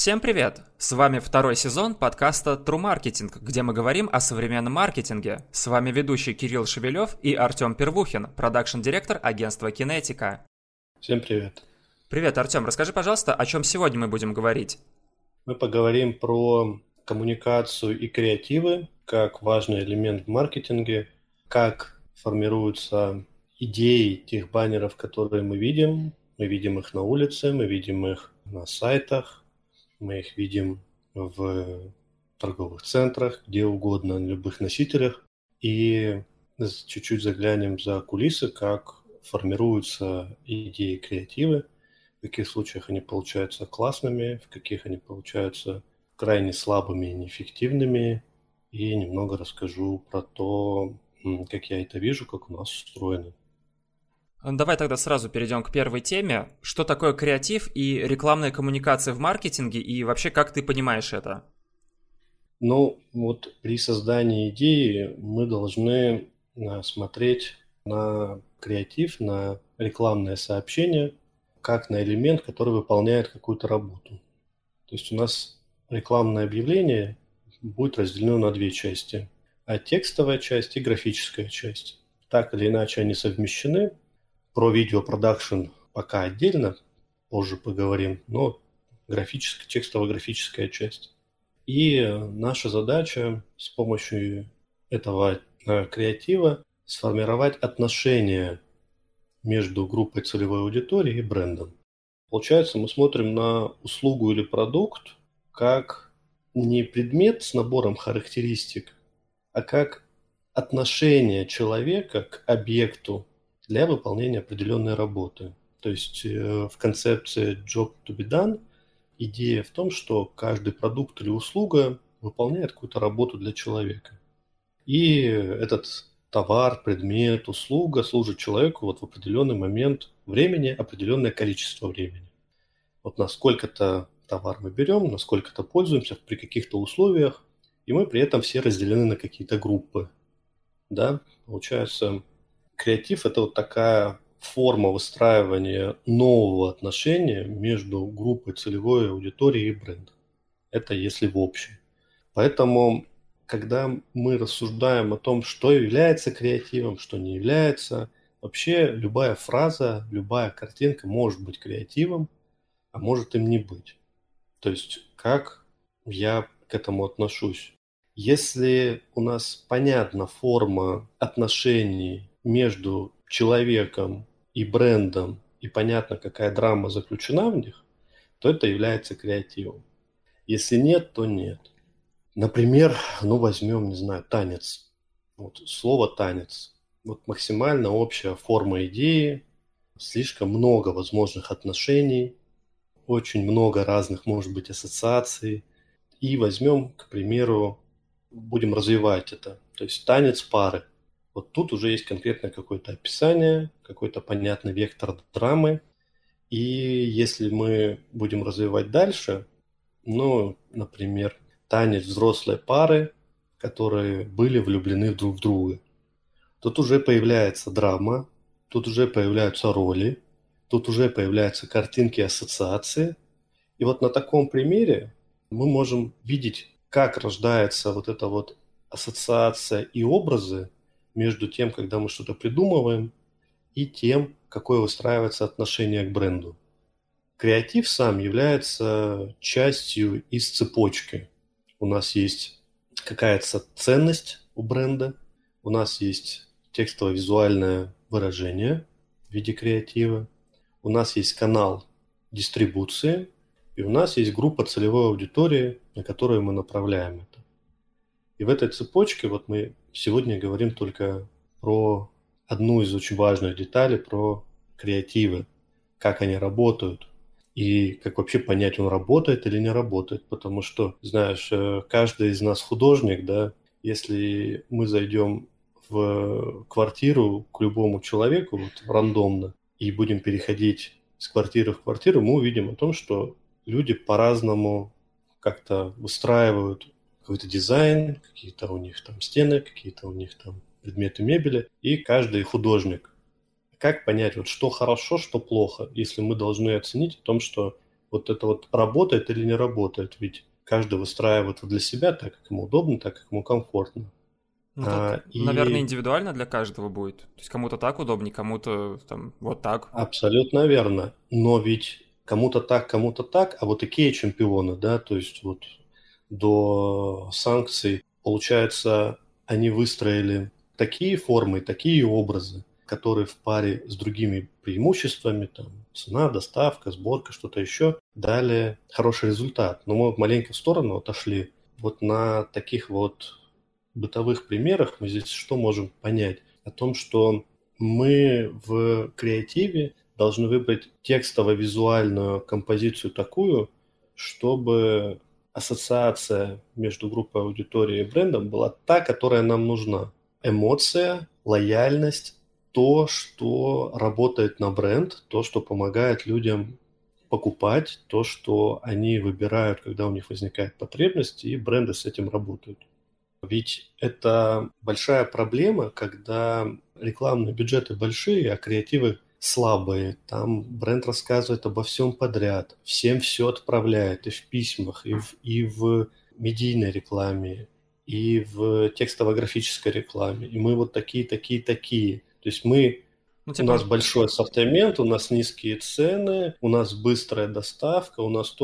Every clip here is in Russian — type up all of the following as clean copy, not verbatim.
Всем привет! С вами второй сезон подкаста True Marketing, где мы говорим о современном маркетинге. С вами ведущий Кирилл Шевелев и Артем Первухин, продакшн-директор агентства Кинетика. Всем привет! Привет, Артем, расскажи, пожалуйста, о чем сегодня мы будем говорить? Мы поговорим про коммуникацию и креативы как важный элемент в маркетинге, как формируются идеи тех баннеров, которые мы видим. Мы видим их на улице, мы видим их на сайтах, мы их видим в торговых центрах, где угодно, на любых носителях. И чуть-чуть заглянем за кулисы, как формируются идеи, креативы, в каких случаях они получаются классными, в каких они получаются крайне слабыми и неэффективными. И немного расскажу про то, как я это вижу, как у нас устроено. Давай тогда сразу перейдем к первой теме. Что такое креатив и рекламная коммуникация в маркетинге, и вообще как ты понимаешь это? Ну, вот при создании идеи мы должны смотреть на креатив, на рекламное сообщение, как на элемент, который выполняет какую-то работу. То есть у нас рекламное объявление будет разделено на две части. А текстовая часть и графическая часть. Так или иначе они совмещены. Про видеопродакшн пока отдельно, позже поговорим, но текстово-графическая часть. И наша задача с помощью этого креатива сформировать отношения между группой целевой аудитории и брендом. Получается, мы смотрим на услугу или продукт как не предмет с набором характеристик, а как отношение человека к объекту для выполнения определенной работы. То есть в концепции job to be done идея в том, что каждый продукт или услуга выполняет какую-то работу для человека. И этот товар, предмет, услуга служит человеку вот в определенный момент времени, определенное количество времени. Вот насколько-то товар мы берем, насколько-то пользуемся при каких-то условиях, и мы при этом все разделены на какие-то группы. Да? Получается, креатив – это вот такая форма выстраивания нового отношения между группой целевой аудитории и брендом. Это если в общем. Поэтому, когда мы рассуждаем о том, что является креативом, что не является, вообще любая фраза, любая картинка может быть креативом, а может им не быть. То есть, как я к этому отношусь? Если у нас понятна форма отношений между человеком и брендом, и понятно, какая драма заключена в них, то это является креативом. Если нет, то нет. Например, возьмем, не знаю, танец. Вот слово «танец». Вот максимально общая форма идеи, слишком много возможных отношений, очень много разных, может быть, ассоциаций. И возьмем, к примеру, будем развивать это. То есть танец пары. Вот тут уже есть конкретное какое-то описание, какой-то понятный вектор драмы. И если мы будем развивать дальше, например, танец взрослой пары, которые были влюблены друг в друга. Тут уже появляется драма, тут уже появляются роли, тут уже появляются картинки, ассоциации. И вот на таком примере мы можем видеть, как рождается вот эта вот ассоциация и образы между тем, когда мы что-то придумываем, и тем, какое выстраивается отношение к бренду. Креатив сам является частью из цепочки. У нас есть какая-то ценность у бренда, у нас есть текстово-визуальное выражение в виде креатива, у нас есть канал дистрибуции, и у нас есть группа целевой аудитории, на которую мы направляем это. И в этой цепочке вот мы сегодня говорим только про одну из очень важных деталей, про креативы, как они работают и как вообще понять, он работает или не работает. Потому что, знаешь, каждый из нас художник, да, если мы зайдем в квартиру к любому человеку вот, рандомно и будем переходить с квартиры в квартиру, мы увидим о том, что люди по-разному как-то выстраивают какой-то дизайн, какие-то у них там стены, какие-то у них там предметы мебели, и каждый художник. Как понять, вот что хорошо, что плохо, если мы должны оценить о том, что вот это вот работает или не работает. Ведь каждый выстраивает для себя так, как ему удобно, так, как ему комфортно. Ну, тут, наверное, индивидуально для каждого будет. То есть кому-то так удобнее, кому-то там вот так. Абсолютно верно. Но ведь кому-то так, а вот такие чемпионы, да, то есть вот до санкций, получается, они выстроили такие формы, такие образы, которые в паре с другими преимуществами, там, цена, доставка, сборка, что-то еще, дали хороший результат. Но мы маленько в сторону отошли. Вот на таких вот бытовых примерах мы здесь что можем понять? О том, что мы в креативе должны выбрать текстово-визуальную композицию такую, чтобы ассоциация между группой аудитории и брендом была та, которая нам нужна. Эмоция, лояльность, то, что работает на бренд, то, что помогает людям покупать, то, что они выбирают, когда у них возникает потребность, и бренды с этим работают. Ведь это большая проблема, когда рекламные бюджеты большие, а креативы слабые. Там бренд рассказывает обо всем подряд, всем все отправляет и в письмах, и в медийной рекламе, и в текстово-графической рекламе. И мы вот такие. То есть у нас большой ассортимент, у нас низкие цены, у нас быстрая доставка, у нас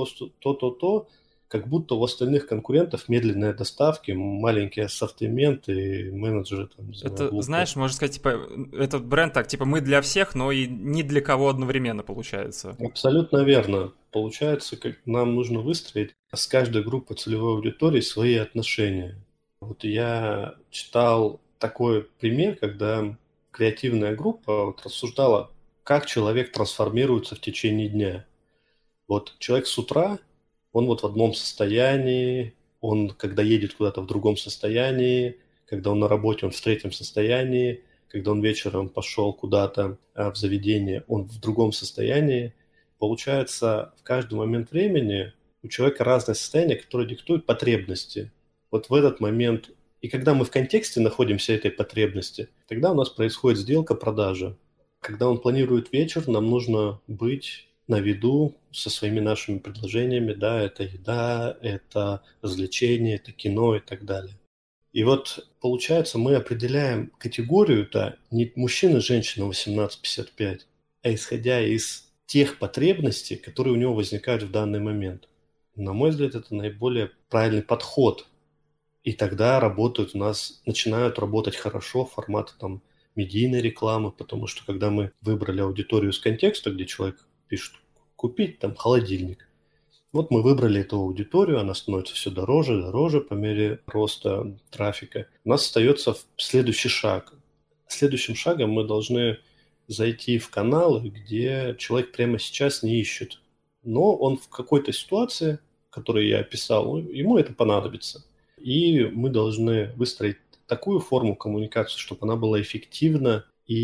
то. Как будто у остальных конкурентов медленные доставки, маленький ассортимент и менеджеры там, это, глупые. Знаешь, можно сказать, типа, этот бренд так, типа, мы для всех, но и не для кого одновременно получается. Абсолютно верно. Получается, как нам нужно выстроить с каждой группой целевой аудитории свои отношения. Вот я читал такой пример, когда креативная группа вот рассуждала, как человек трансформируется в течение дня. Вот человек с утра, он вот в одном состоянии, он когда едет куда-то в другом состоянии, когда он на работе, он в третьем состоянии, когда он вечером пошел куда-то в заведение, он в другом состоянии. Получается, в каждый момент времени у человека разное состояние, которое диктует потребности. Вот в этот момент, и когда мы в контексте находимся этой потребности, тогда у нас происходит сделка, продажа. Когда он планирует вечер, нам нужно быть на виду со своими нашими предложениями, да, это еда, это развлечение, это кино и так далее. И вот, получается, мы определяем категорию-то не мужчина и женщина 18-55, а исходя из тех потребностей, которые у него возникают в данный момент. На мой взгляд, это наиболее правильный подход. И тогда начинают работать хорошо форматы там медийной рекламы, потому что когда мы выбрали аудиторию из контекста, где человек пишет купить там холодильник. Вот мы выбрали эту аудиторию, она становится все дороже по мере роста трафика. У нас остается следующий шаг. Следующим шагом мы должны зайти в каналы, где человек прямо сейчас не ищет. Но он в какой-то ситуации, которую я описал, ему это понадобится. И мы должны выстроить такую форму коммуникации, чтобы она была эффективна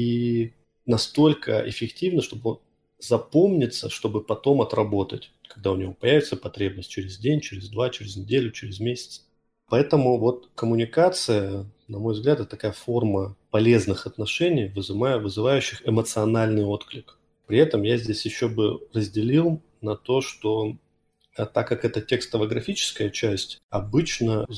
и настолько эффективна, чтобы он запомнится, чтобы потом отработать, когда у него появится потребность через день, через два, через неделю, через месяц. Поэтому вот коммуникация, на мой взгляд, это такая форма полезных отношений, вызывающих эмоциональный отклик. При этом я здесь еще бы разделил на то, что так как это текстово-графическая часть, обычно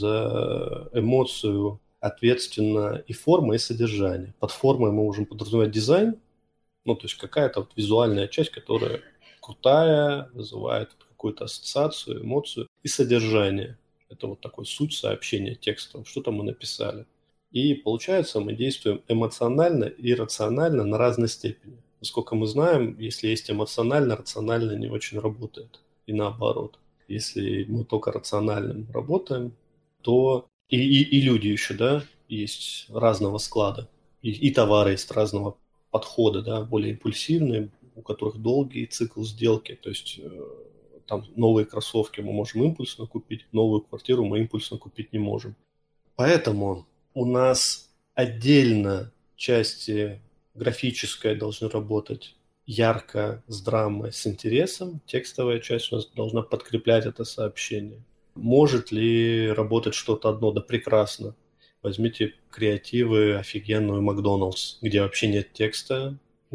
за эмоцию ответственна и форма, и содержание. Под формой мы можем подразумевать дизайн, ну, то есть какая-то вот визуальная часть, которая крутая, вызывает какую-то ассоциацию, эмоцию и содержание. Это вот такой суть сообщения текстом, что-то мы написали. И получается, мы действуем эмоционально и рационально на разной степени. Насколько мы знаем, если есть эмоционально, рационально не очень работает. И наоборот. Если мы только рациональным работаем, то и люди еще, да, есть разного склада. И товары есть разного подхода, да, более импульсивные, у которых долгий цикл сделки. То есть там новые кроссовки мы можем импульсно купить, новую квартиру мы импульсно купить не можем. Поэтому у нас отдельно части графическая должны работать ярко, с драмой, с интересом. Текстовая часть у нас должна подкреплять это сообщение. Может ли работать что-то одно? Да прекрасно. Возьмите креативы офигенную Макдоналдс, где вообще нет текста. У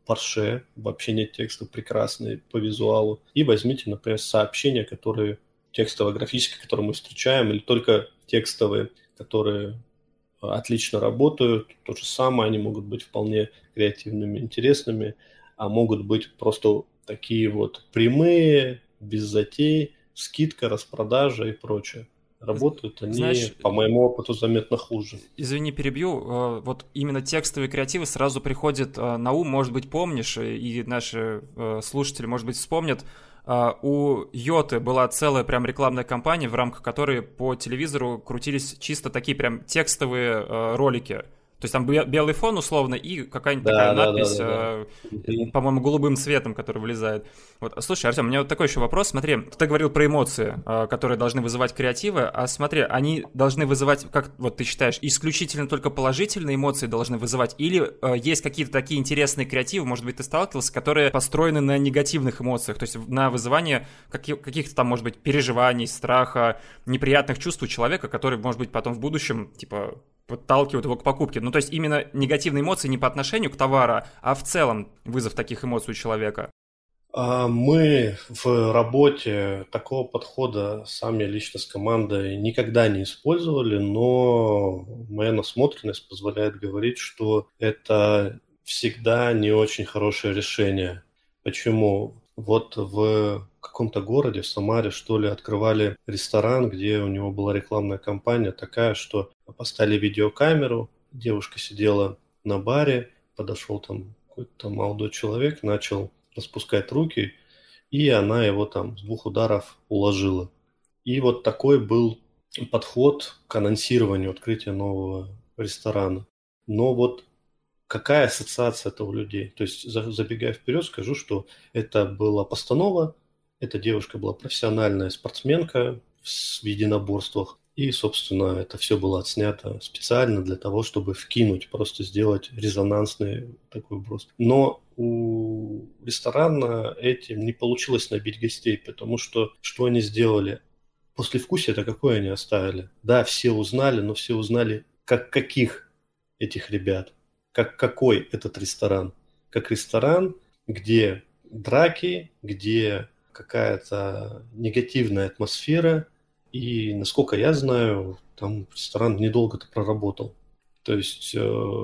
Porsche, вообще нет текста, прекрасный по визуалу. И возьмите, например, сообщения, которые текстово-графические, которые мы встречаем, или только текстовые, которые отлично работают. То же самое, они могут быть вполне креативными, интересными, а могут быть просто такие вот прямые, без затей, скидка, распродажа и прочее. Работают они, Знаешь, по моему опыту, заметно хуже. извини, перебью. Вот именно текстовые креативы сразу приходят на ум, может быть, помнишь, и наши слушатели, может быть, вспомнят. У Йоты была целая прям рекламная кампания, в рамках которой по телевизору крутились чисто такие прям текстовые ролики. То есть там белый фон условно и какая-нибудь такая надпись, по-моему, голубым цветом, который вылезает. Вот. Слушай, Артем, у меня вот такой еще вопрос. Смотри, ты говорил про эмоции, которые должны вызывать креативы, а смотри, они должны вызывать, как вот ты считаешь, исключительно только положительные эмоции должны вызывать, или есть какие-то такие интересные креативы, может быть, ты сталкивался, которые построены на негативных эмоциях, то есть на вызывание каких-то там, может быть, переживаний, страха, неприятных чувств у человека, которые, может быть, потом в будущем, типа, подталкивают его к покупке. Ну, то есть именно негативные эмоции не по отношению к товару, а в целом вызов таких эмоций у человека. Мы в работе такого подхода сами лично с командой никогда не использовали, но моя насмотренность позволяет говорить, что это всегда не очень хорошее решение. Почему? Вот в каком-то городе, в Самаре, что ли, открывали ресторан, где у него была рекламная кампания такая, что поставили видеокамеру, девушка сидела на баре, подошел там какой-то молодой человек, начал распускать руки, и она его там с 2 ударов уложила. И вот такой был подход к анонсированию открытия нового ресторана. Но вот какая ассоциация это у людей? То есть, забегая вперед, скажу, что это была постанова, эта девушка была профессиональная спортсменка в единоборствах, и, собственно, это все было отснято специально для того, чтобы вкинуть, просто сделать резонансный такой вброс. Но у ресторана этим не получилось набить гостей, потому что они сделали? Послевкусие-то какое они оставили? Да, все узнали, но все узнали, каких этих ребят, какой этот ресторан. Как ресторан, где драки, где какая-то негативная атмосфера. И, насколько я знаю, там ресторан недолго-то проработал. То есть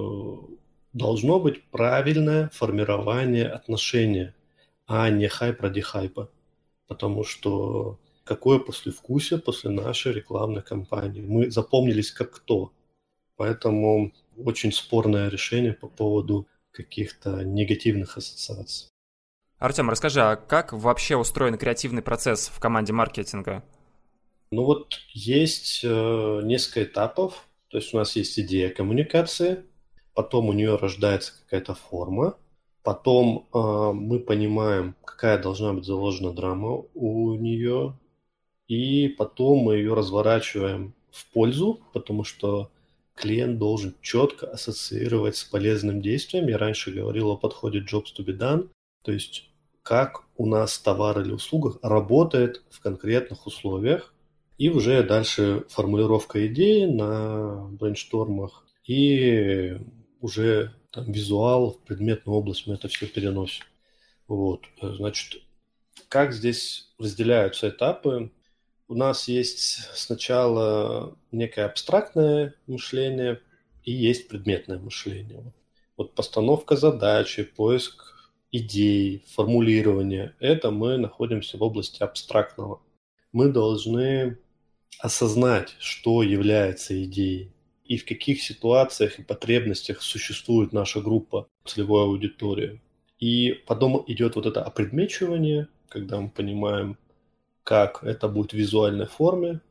должно быть правильное формирование отношения, а не хайп ради хайпа. Потому что какое послевкусие после нашей рекламной кампании. Мы запомнились как кто. Поэтому очень спорное решение по поводу каких-то негативных ассоциаций. Артем, расскажи, а как вообще устроен креативный процесс в команде маркетинга? Ну вот есть несколько этапов. То есть у нас есть идея коммуникации, потом у нее рождается какая-то форма, потом мы понимаем, какая должна быть заложена драма у нее, и потом мы ее разворачиваем в пользу, потому что клиент должен четко ассоциировать с полезным действием. Я раньше говорил о подходе jobs to be done, то есть как у нас товар или услуга работает в конкретных условиях, и уже дальше формулировка идеи на брейнштормах, и уже там визуал в предметную область мы это все переносим. Вот, значит, как здесь разделяются этапы? У нас есть сначала некое абстрактное мышление и есть предметное мышление. Вот постановка задачи, поиск идей, формулирование – это мы находимся в области абстрактного. Мы должны осознать, что является идеей и в каких ситуациях и потребностях существует наша группа, целевой аудитории. И потом идет вот это опредмечивание, когда мы понимаем, как это будет в визуальной форме,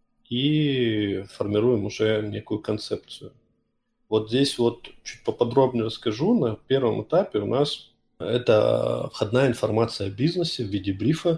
и формируем уже некую концепцию. Вот здесь вот чуть поподробнее расскажу. На первом этапе у нас это входная информация о бизнесе в виде брифа.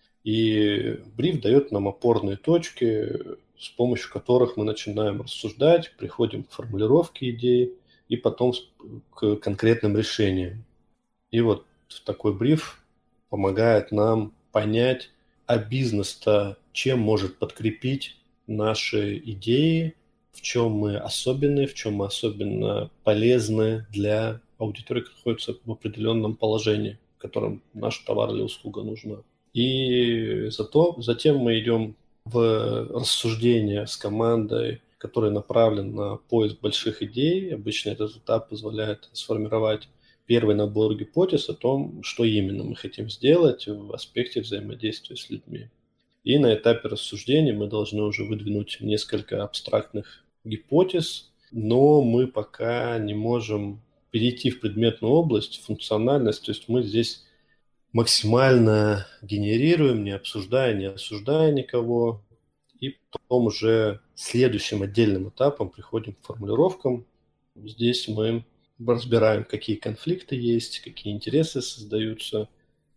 И бриф дает нам опорные точки, с помощью которых мы начинаем рассуждать, приходим к формулировке идеи и потом к конкретным решениям. И вот такой бриф помогает нам понять, а бизнес-то чем может подкрепить наши идеи, в чем мы особенные, в чем мы особенно полезны для аудитория находится в определенном положении, в котором наш товар или услуга нужна. И затем мы идем в рассуждение с командой, который направлен на поиск больших идей. Обычно этот этап позволяет сформировать первый набор гипотез о том, что именно мы хотим сделать в аспекте взаимодействия с людьми. И на этапе рассуждения мы должны уже выдвинуть несколько абстрактных гипотез, но мы пока не можем перейти в предметную область, функциональность. То есть мы здесь максимально генерируем, не обсуждая, не осуждая никого. И потом уже следующим отдельным этапом приходим к формулировкам. Здесь мы разбираем, какие конфликты есть, какие интересы создаются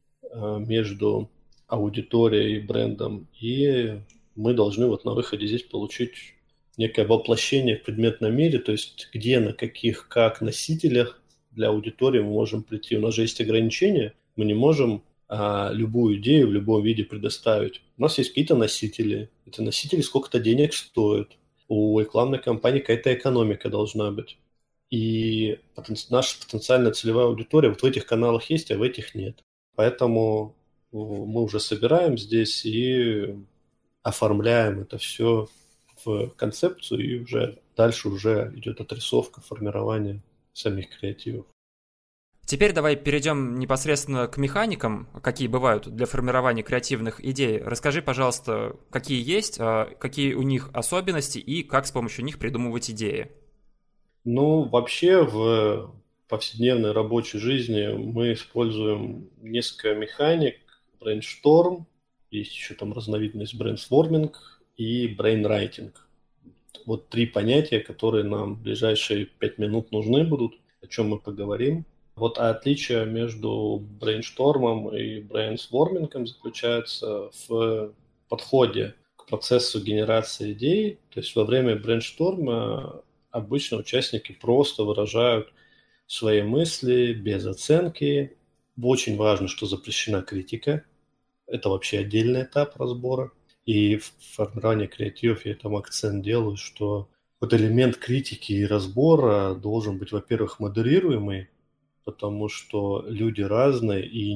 между аудиторией и брендом. И мы должны вот на выходе здесь получить некое воплощение в предметном мире, то есть где, на каких, как носителях для аудитории мы можем прийти. У нас же есть ограничения, мы не можем любую идею в любом виде предоставить. У нас есть какие-то носители. Эти носители сколько-то денег стоят. У рекламной кампании какая-то экономика должна быть. И наша потенциальная целевая аудитория вот в этих каналах есть, а в этих нет. Поэтому мы уже собираем здесь и оформляем это все в концепцию, и уже дальше уже идет отрисовка, формирование самих креативов. Теперь давай перейдем непосредственно к механикам, какие бывают для формирования креативных идей. Расскажи, пожалуйста, какие есть, какие у них особенности и как с помощью них придумывать идеи. Ну, вообще в повседневной рабочей жизни мы используем несколько механик. Brainstorm, есть еще там разновидность brainstorming и brainwriting. Вот 3 понятия, которые нам в ближайшие 5 минут нужны будут, о чем мы поговорим. Вот отличие между брейнштормом и брейнсвормингом заключается в подходе к процессу генерации идей. То есть во время брейншторма обычно участники просто выражают свои мысли без оценки. Очень важно, что запрещена критика. Это вообще отдельный этап разбора. И в формировании креативов я там акцент делаю, что вот элемент критики и разбора должен быть, во-первых, модерируемый, потому что люди разные, и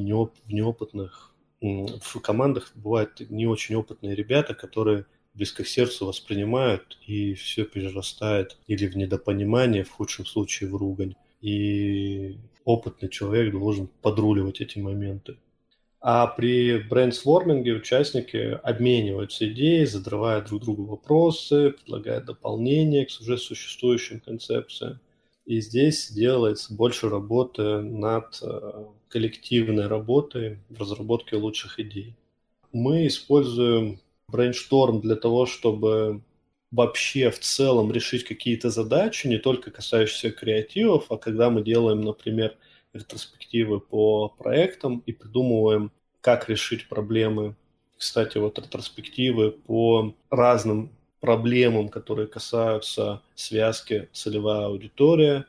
в командах бывают не очень опытные ребята, которые близко к сердцу воспринимают, и все перерастает или в недопонимание, в худшем случае в ругань. И опытный человек должен подруливать эти моменты. А при брейнсворминге участники обмениваются идеей, задавая друг другу вопросы, предлагая дополнения к уже существующим концепциям. И здесь делается больше работы над коллективной работой в разработке лучших идей. Мы используем брейншторм для того, чтобы вообще в целом решить какие-то задачи, не только касающиеся креативов, а когда мы делаем, например, ретроспективы по проектам и придумываем, как решить проблемы. Кстати, вот ретроспективы по разным проблемам, которые касаются связки целевая аудитория,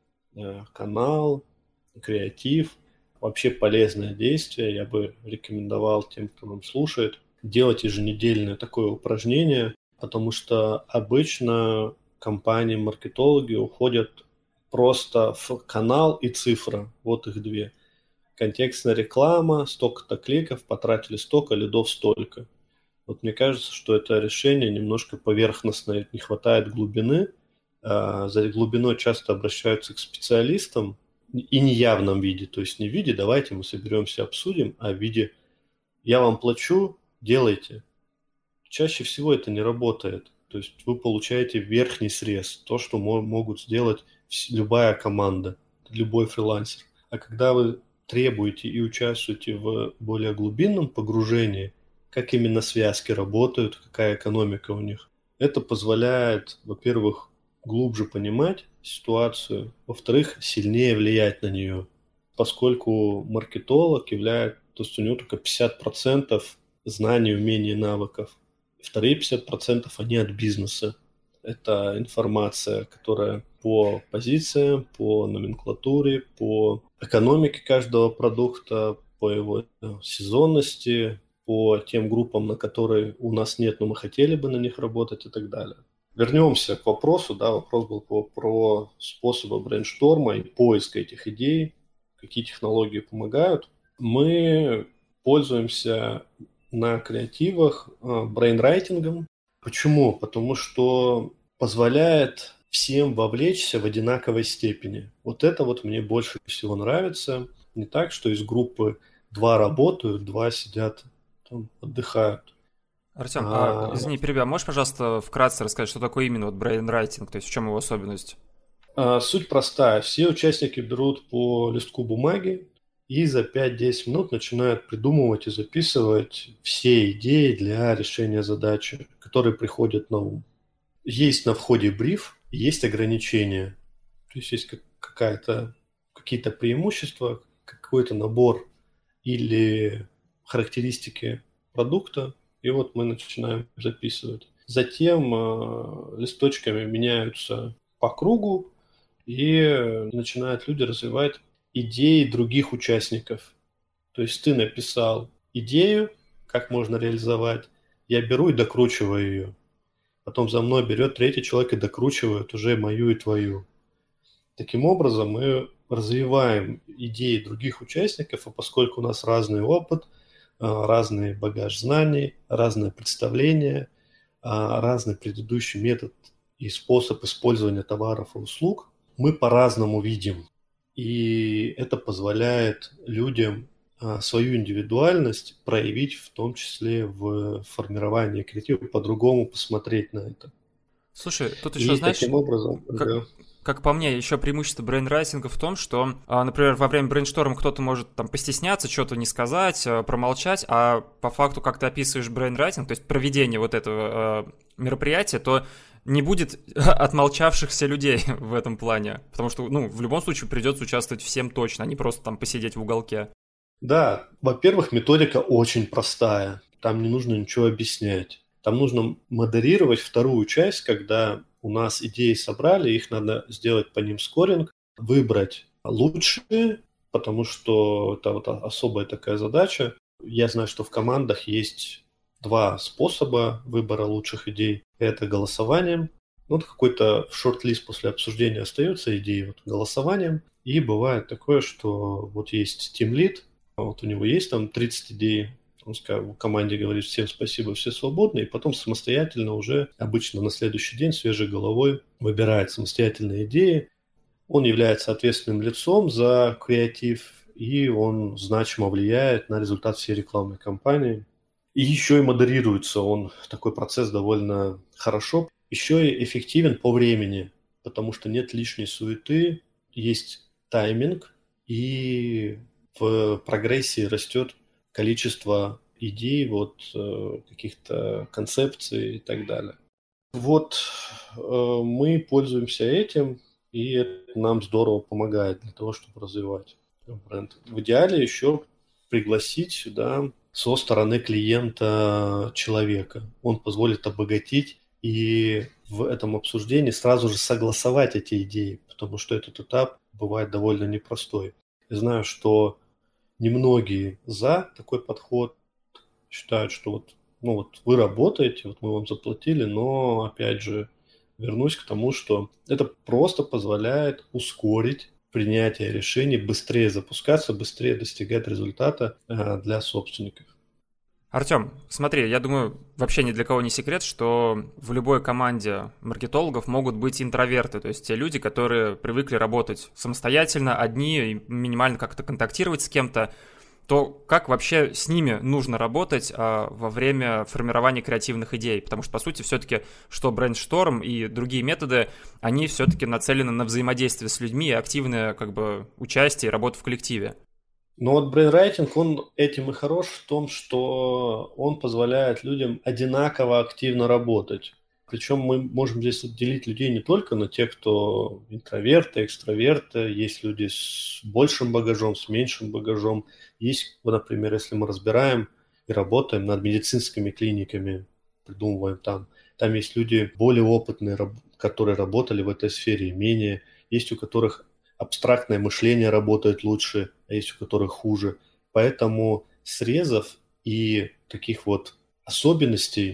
канал, креатив. Вообще полезное действие. Я бы рекомендовал тем, кто нам слушает, делать еженедельное такое упражнение, потому что обычно компании-маркетологи уходят просто в канал и цифра. Вот их 2. Контекстная реклама, столько-то кликов, потратили столько, лидов столько. Вот мне кажется, что это решение немножко поверхностное, не хватает глубины. За глубиной часто обращаются к специалистам и неявном виде. То есть не в виде «давайте мы соберемся, обсудим», а в виде «я вам плачу, делайте». Чаще всего это не работает. То есть вы получаете верхний срез, то, что могут сделать любая команда, любой фрилансер. А когда вы требуете и участвуете в более глубинном погружении, как именно связки работают, какая экономика у них, это позволяет, во-первых, глубже понимать ситуацию, во-вторых, сильнее влиять на нее, поскольку маркетолог является, то есть у него только 50% знаний, умений и навыков. Вторые 50% они от бизнеса. Это информация, которая по позициям, по номенклатуре, по экономике каждого продукта, по его сезонности, по тем группам, на которые у нас нет, но мы хотели бы на них работать и так далее. вернемся к вопросу, да, вопрос был про способы брейншторма и поиска этих идей, какие технологии помогают. Мы пользуемся на креативах брейнрайтингом. Почему? Потому что позволяет всем вовлечься в одинаковой степени. Вот это вот мне больше всего нравится. Не так, что из группы 2 работают, 2 сидят, там, отдыхают. Артем, извини, перебью, можешь, пожалуйста, вкратце рассказать, что такое именно вот брейнрайтинг, то есть в чем его особенность? Суть простая. Все участники берут по листку бумаги и за 5-10 минут начинают придумывать и записывать все идеи для решения задачи, которые приходят на ум. Есть на входе бриф, есть ограничения. То есть есть какие-то преимущества, какой-то набор или характеристики продукта, и вот мы начинаем записывать. Затем листочками меняются по кругу, и начинают люди развивать идеи других участников. То есть ты написал идею, как можно реализовать, я беру и докручиваю ее. Потом за мной берет третий человек и докручивает уже мою и твою. Таким образом мы развиваем идеи других участников, а поскольку у нас разный опыт, разный багаж знаний, разное представление, разный предыдущий метод и способ использования товаров и услуг, мы по-разному видим. И это позволяет людям свою индивидуальность проявить, в том числе в формировании креатива, по-другому посмотреть на это. Слушай, тут еще, знаешь, таким образом, как по мне, еще преимущество брейнрайтинга в том, что, например, во время брейншторма кто-то может там постесняться, что-то не сказать, промолчать, а по факту, как ты описываешь брейнрайтинг, то есть проведение вот этого мероприятия, то не будет отмолчавшихся людей в этом плане, потому что, в любом случае придется участвовать всем точно, а не просто там посидеть в уголке. Да, во-первых, методика очень простая, там не нужно ничего объяснять. Там нужно модерировать вторую часть, когда у нас идеи собрали, их надо сделать по ним скоринг, выбрать лучшие, потому что это вот особая такая задача. Я знаю, что в командах есть 2 способа выбора лучших идей. Это голосованием. Какой-то шорт-лист после обсуждения остается идеи голосованием. И бывает такое, что вот есть тимлид, вот у него есть там 30 идей, он в команде говорит всем спасибо, все свободны, и потом самостоятельно уже, обычно на следующий день, свежей головой выбирает самостоятельные идеи. Он является ответственным лицом за креатив, и он значимо влияет на результат всей рекламной кампании. И еще и модерируется он, такой процесс довольно хорошо. Еще и эффективен по времени, потому что нет лишней суеты, есть тайминг, и в прогрессии растет количество идей, каких-то концепций и так далее. Мы пользуемся этим, и это нам здорово помогает для того, чтобы развивать бренд. В идеале еще пригласить сюда со стороны клиента человека. Он позволит обогатить и в этом обсуждении сразу же согласовать эти идеи, потому что этот этап бывает довольно непростой. Я знаю, что немногие за такой подход считают, что вы работаете, мы вам заплатили, но, опять же, вернусь к тому, что это просто позволяет ускорить принятие решений, быстрее запускаться, быстрее достигать результата для собственников. Артем, смотри, я думаю, вообще ни для кого не секрет, что в любой команде маркетологов могут быть интроверты, то есть те люди, которые привыкли работать самостоятельно, одни, и минимально как-то контактировать с кем-то. То как вообще с ними нужно работать во время формирования креативных идей? Потому что, по сути, все-таки, что брейншторм и другие методы, они все-таки нацелены на взаимодействие с людьми и активное участие и работу в коллективе. Брейнрайтинг, он этим и хорош в том, что он позволяет людям одинаково активно работать. Причем мы можем здесь отделить людей не только на тех, кто интроверты, экстраверты, есть люди с большим багажом, с меньшим багажом. Есть, например, если мы разбираем и работаем над медицинскими клиниками, придумываем там есть люди более опытные, которые работали в этой сфере, и менее. Есть у которых абстрактное мышление работает лучше, а есть у которых хуже. Поэтому срезов и таких особенностей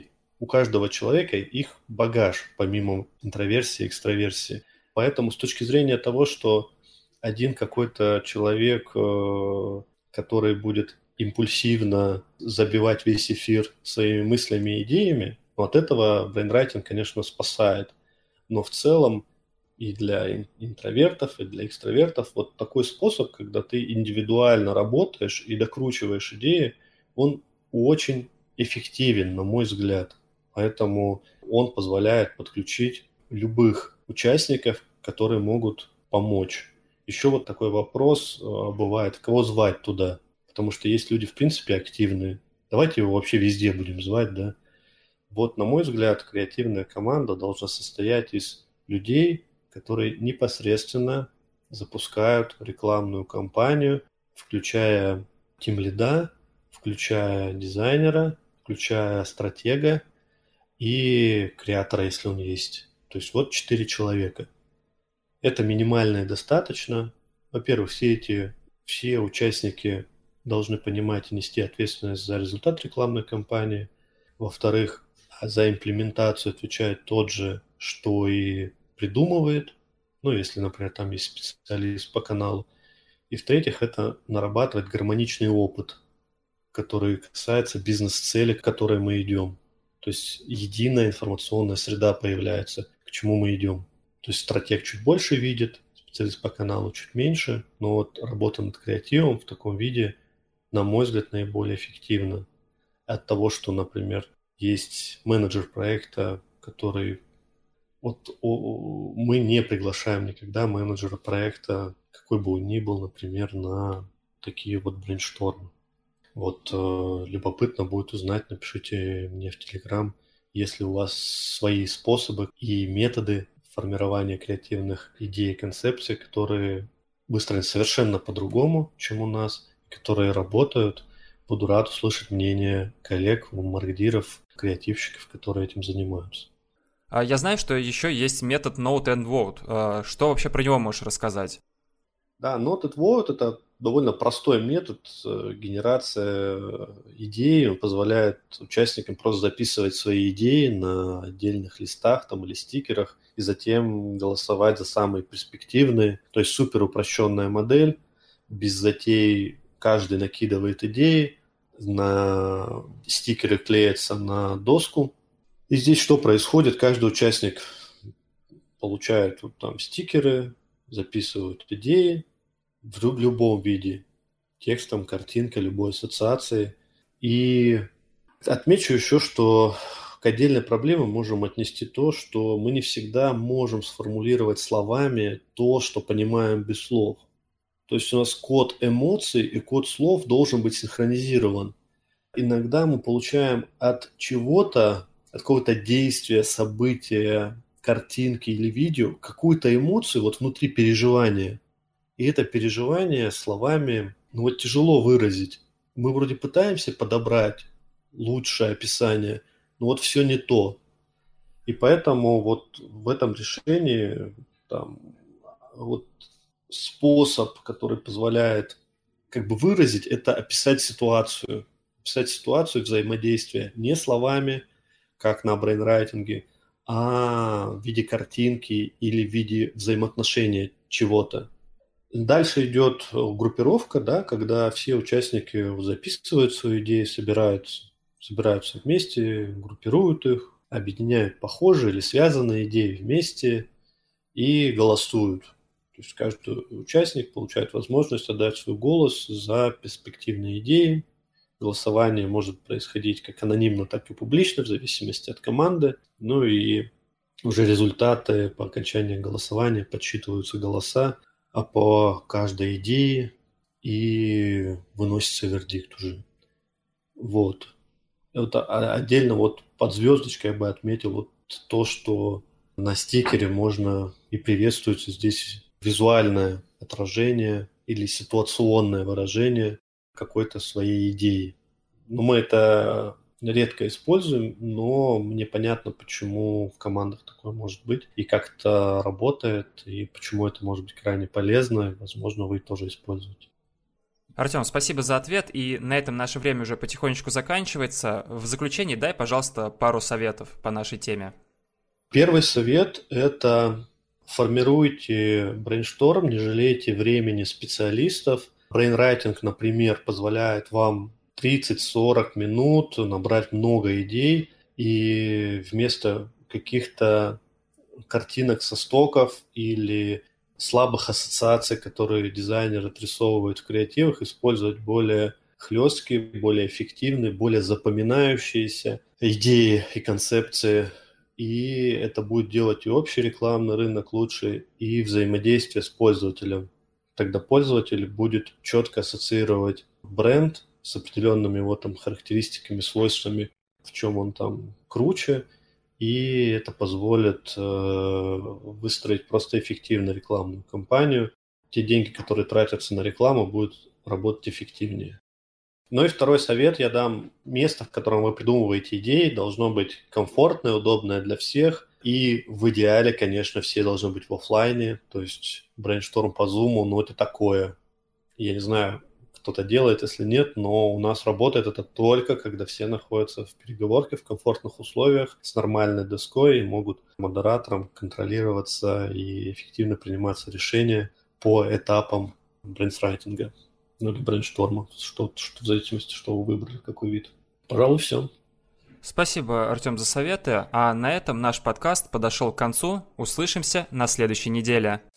у каждого человека их багаж, помимо интроверсии, экстраверсии. Поэтому с точки зрения того, что один какой-то человек, который будет импульсивно забивать весь эфир своими мыслями и идеями, от этого брейнрайтинг, конечно, спасает. Но в целом и для интровертов, и для экстравертов вот такой способ, когда ты индивидуально работаешь и докручиваешь идеи, он очень эффективен, на мой взгляд. Поэтому он позволяет подключить любых участников, которые могут помочь. Еще вот такой вопрос бывает, кого звать туда? Потому что есть люди, в принципе, активные. Давайте его вообще везде будем звать, да? Вот, на мой взгляд, креативная команда должна состоять из людей, которые непосредственно запускают рекламную кампанию, включая тимлида, включая дизайнера, включая стратега и креатора, если он есть. То есть вот 4 человека. Это минимально и достаточно. Во-первых, все участники должны понимать и нести ответственность за результат рекламной кампании. Во-вторых, за имплементацию отвечает тот же, что и придумывает. Ну, если, например, там есть специалист по каналу. И в-третьих, это нарабатывать гармоничный опыт, который касается бизнес-цели, к которой мы идем. То есть единая информационная среда появляется, к чему мы идем. То есть стратег чуть больше видит, специалист по каналу чуть меньше, но вот работа над креативом в таком виде, на мой взгляд, наиболее эффективна. От того, что, например, есть менеджер проекта, который... мы не приглашаем никогда менеджера проекта, какой бы он ни был, например, на такие вот брейнштормы. Вот любопытно будет узнать, напишите мне в Телеграм, если у вас свои способы и методы формирования креативных идей и концепций, которые выстроены совершенно по-другому, чем у нас, которые работают. Буду рад услышать мнение коллег, маркетиров, креативщиков, которые этим занимаются. Я знаю, что еще есть метод Note and Vote. Что вообще про него можешь рассказать? Да, Note and Vote – это довольно простой метод генерации идей. Он позволяет участникам просто записывать свои идеи на отдельных листах там, или стикерах и затем голосовать за самые перспективные. То есть супер упрощенная модель, без затей. Каждый накидывает идеи, на стикеры клеятся на доску. И здесь что происходит? Каждый участник получает вот там стикеры, записывают идеи в любом виде, текстом, картинкой, любой ассоциацией. И отмечу еще, что к отдельной проблеме можем отнести то, что мы не всегда можем сформулировать словами то, что понимаем без слов. То есть у нас код эмоций и код слов должен быть синхронизирован. Иногда мы получаем от чего-то, от какого-то действия, события, картинки или видео, какую-то эмоцию вот внутри переживания. И это переживание словами вот тяжело выразить. Мы вроде пытаемся подобрать лучшее описание, но вот все не то. И поэтому вот в этом решении там, вот способ, который позволяет как бы выразить, это описать ситуацию взаимодействия не словами, как на брейнрайтинге, а в виде картинки или в виде взаимоотношения чего-то. Дальше идет группировка, да, когда все участники записывают свои идеи, собираются вместе, группируют их, объединяют похожие или связанные идеи вместе и голосуют. То есть каждый участник получает возможность отдать свой голос за перспективные идеи. Голосование может происходить как анонимно, так и публично, в зависимости от команды. Ну и уже результаты по окончании голосования подсчитываются голоса по каждой идее и выносится вердикт уже. Вот. Это отдельно вот под звездочкой я бы отметил вот то, что на стикере можно и приветствуется здесь визуальное отражение или ситуационное выражение какой-то своей идеи. Но мы это редко используем, но мне понятно, почему в командах такое может быть, и как это работает, и почему это может быть крайне полезно, и, возможно, вы тоже используете. Артем, спасибо за ответ, и на этом наше время уже потихонечку заканчивается. В заключение дай, пожалуйста, пару советов по нашей теме. Первый совет – это формируйте брейншторм, не жалейте времени специалистов. Брейнрайтинг, например, позволяет вам 30-40 минут набрать много идей, и вместо каких-то картинок со стоков или слабых ассоциаций, которые дизайнер отрисовывает в креативах, использовать более хлесткие, более эффективные, более запоминающиеся идеи и концепции. И это будет делать и общий рекламный рынок лучше, и взаимодействие с пользователем. Тогда пользователь будет четко ассоциировать бренд с определенными его там характеристиками, свойствами, в чем он там круче, и это позволит выстроить просто эффективную рекламную кампанию. Те деньги, которые тратятся на рекламу, будут работать эффективнее. Ну и второй совет я дам. Место, в котором вы придумываете идеи, должно быть комфортное, удобное для всех. И в идеале, конечно, все должны быть в офлайне. То есть брейншторм по Zoom, ну это такое. Я не знаю, кто-то делает, если нет, но у нас работает это только, когда все находятся в переговорке, в комфортных условиях, с нормальной доской и могут модератором контролироваться и эффективно приниматься решения по этапам брейнрайтинга. Ну или брейншторма, что в зависимости, что вы выбрали, какой вид. Пожалуй, все. Спасибо, Артем, за советы. А на этом наш подкаст подошел к концу. Услышимся на следующей неделе.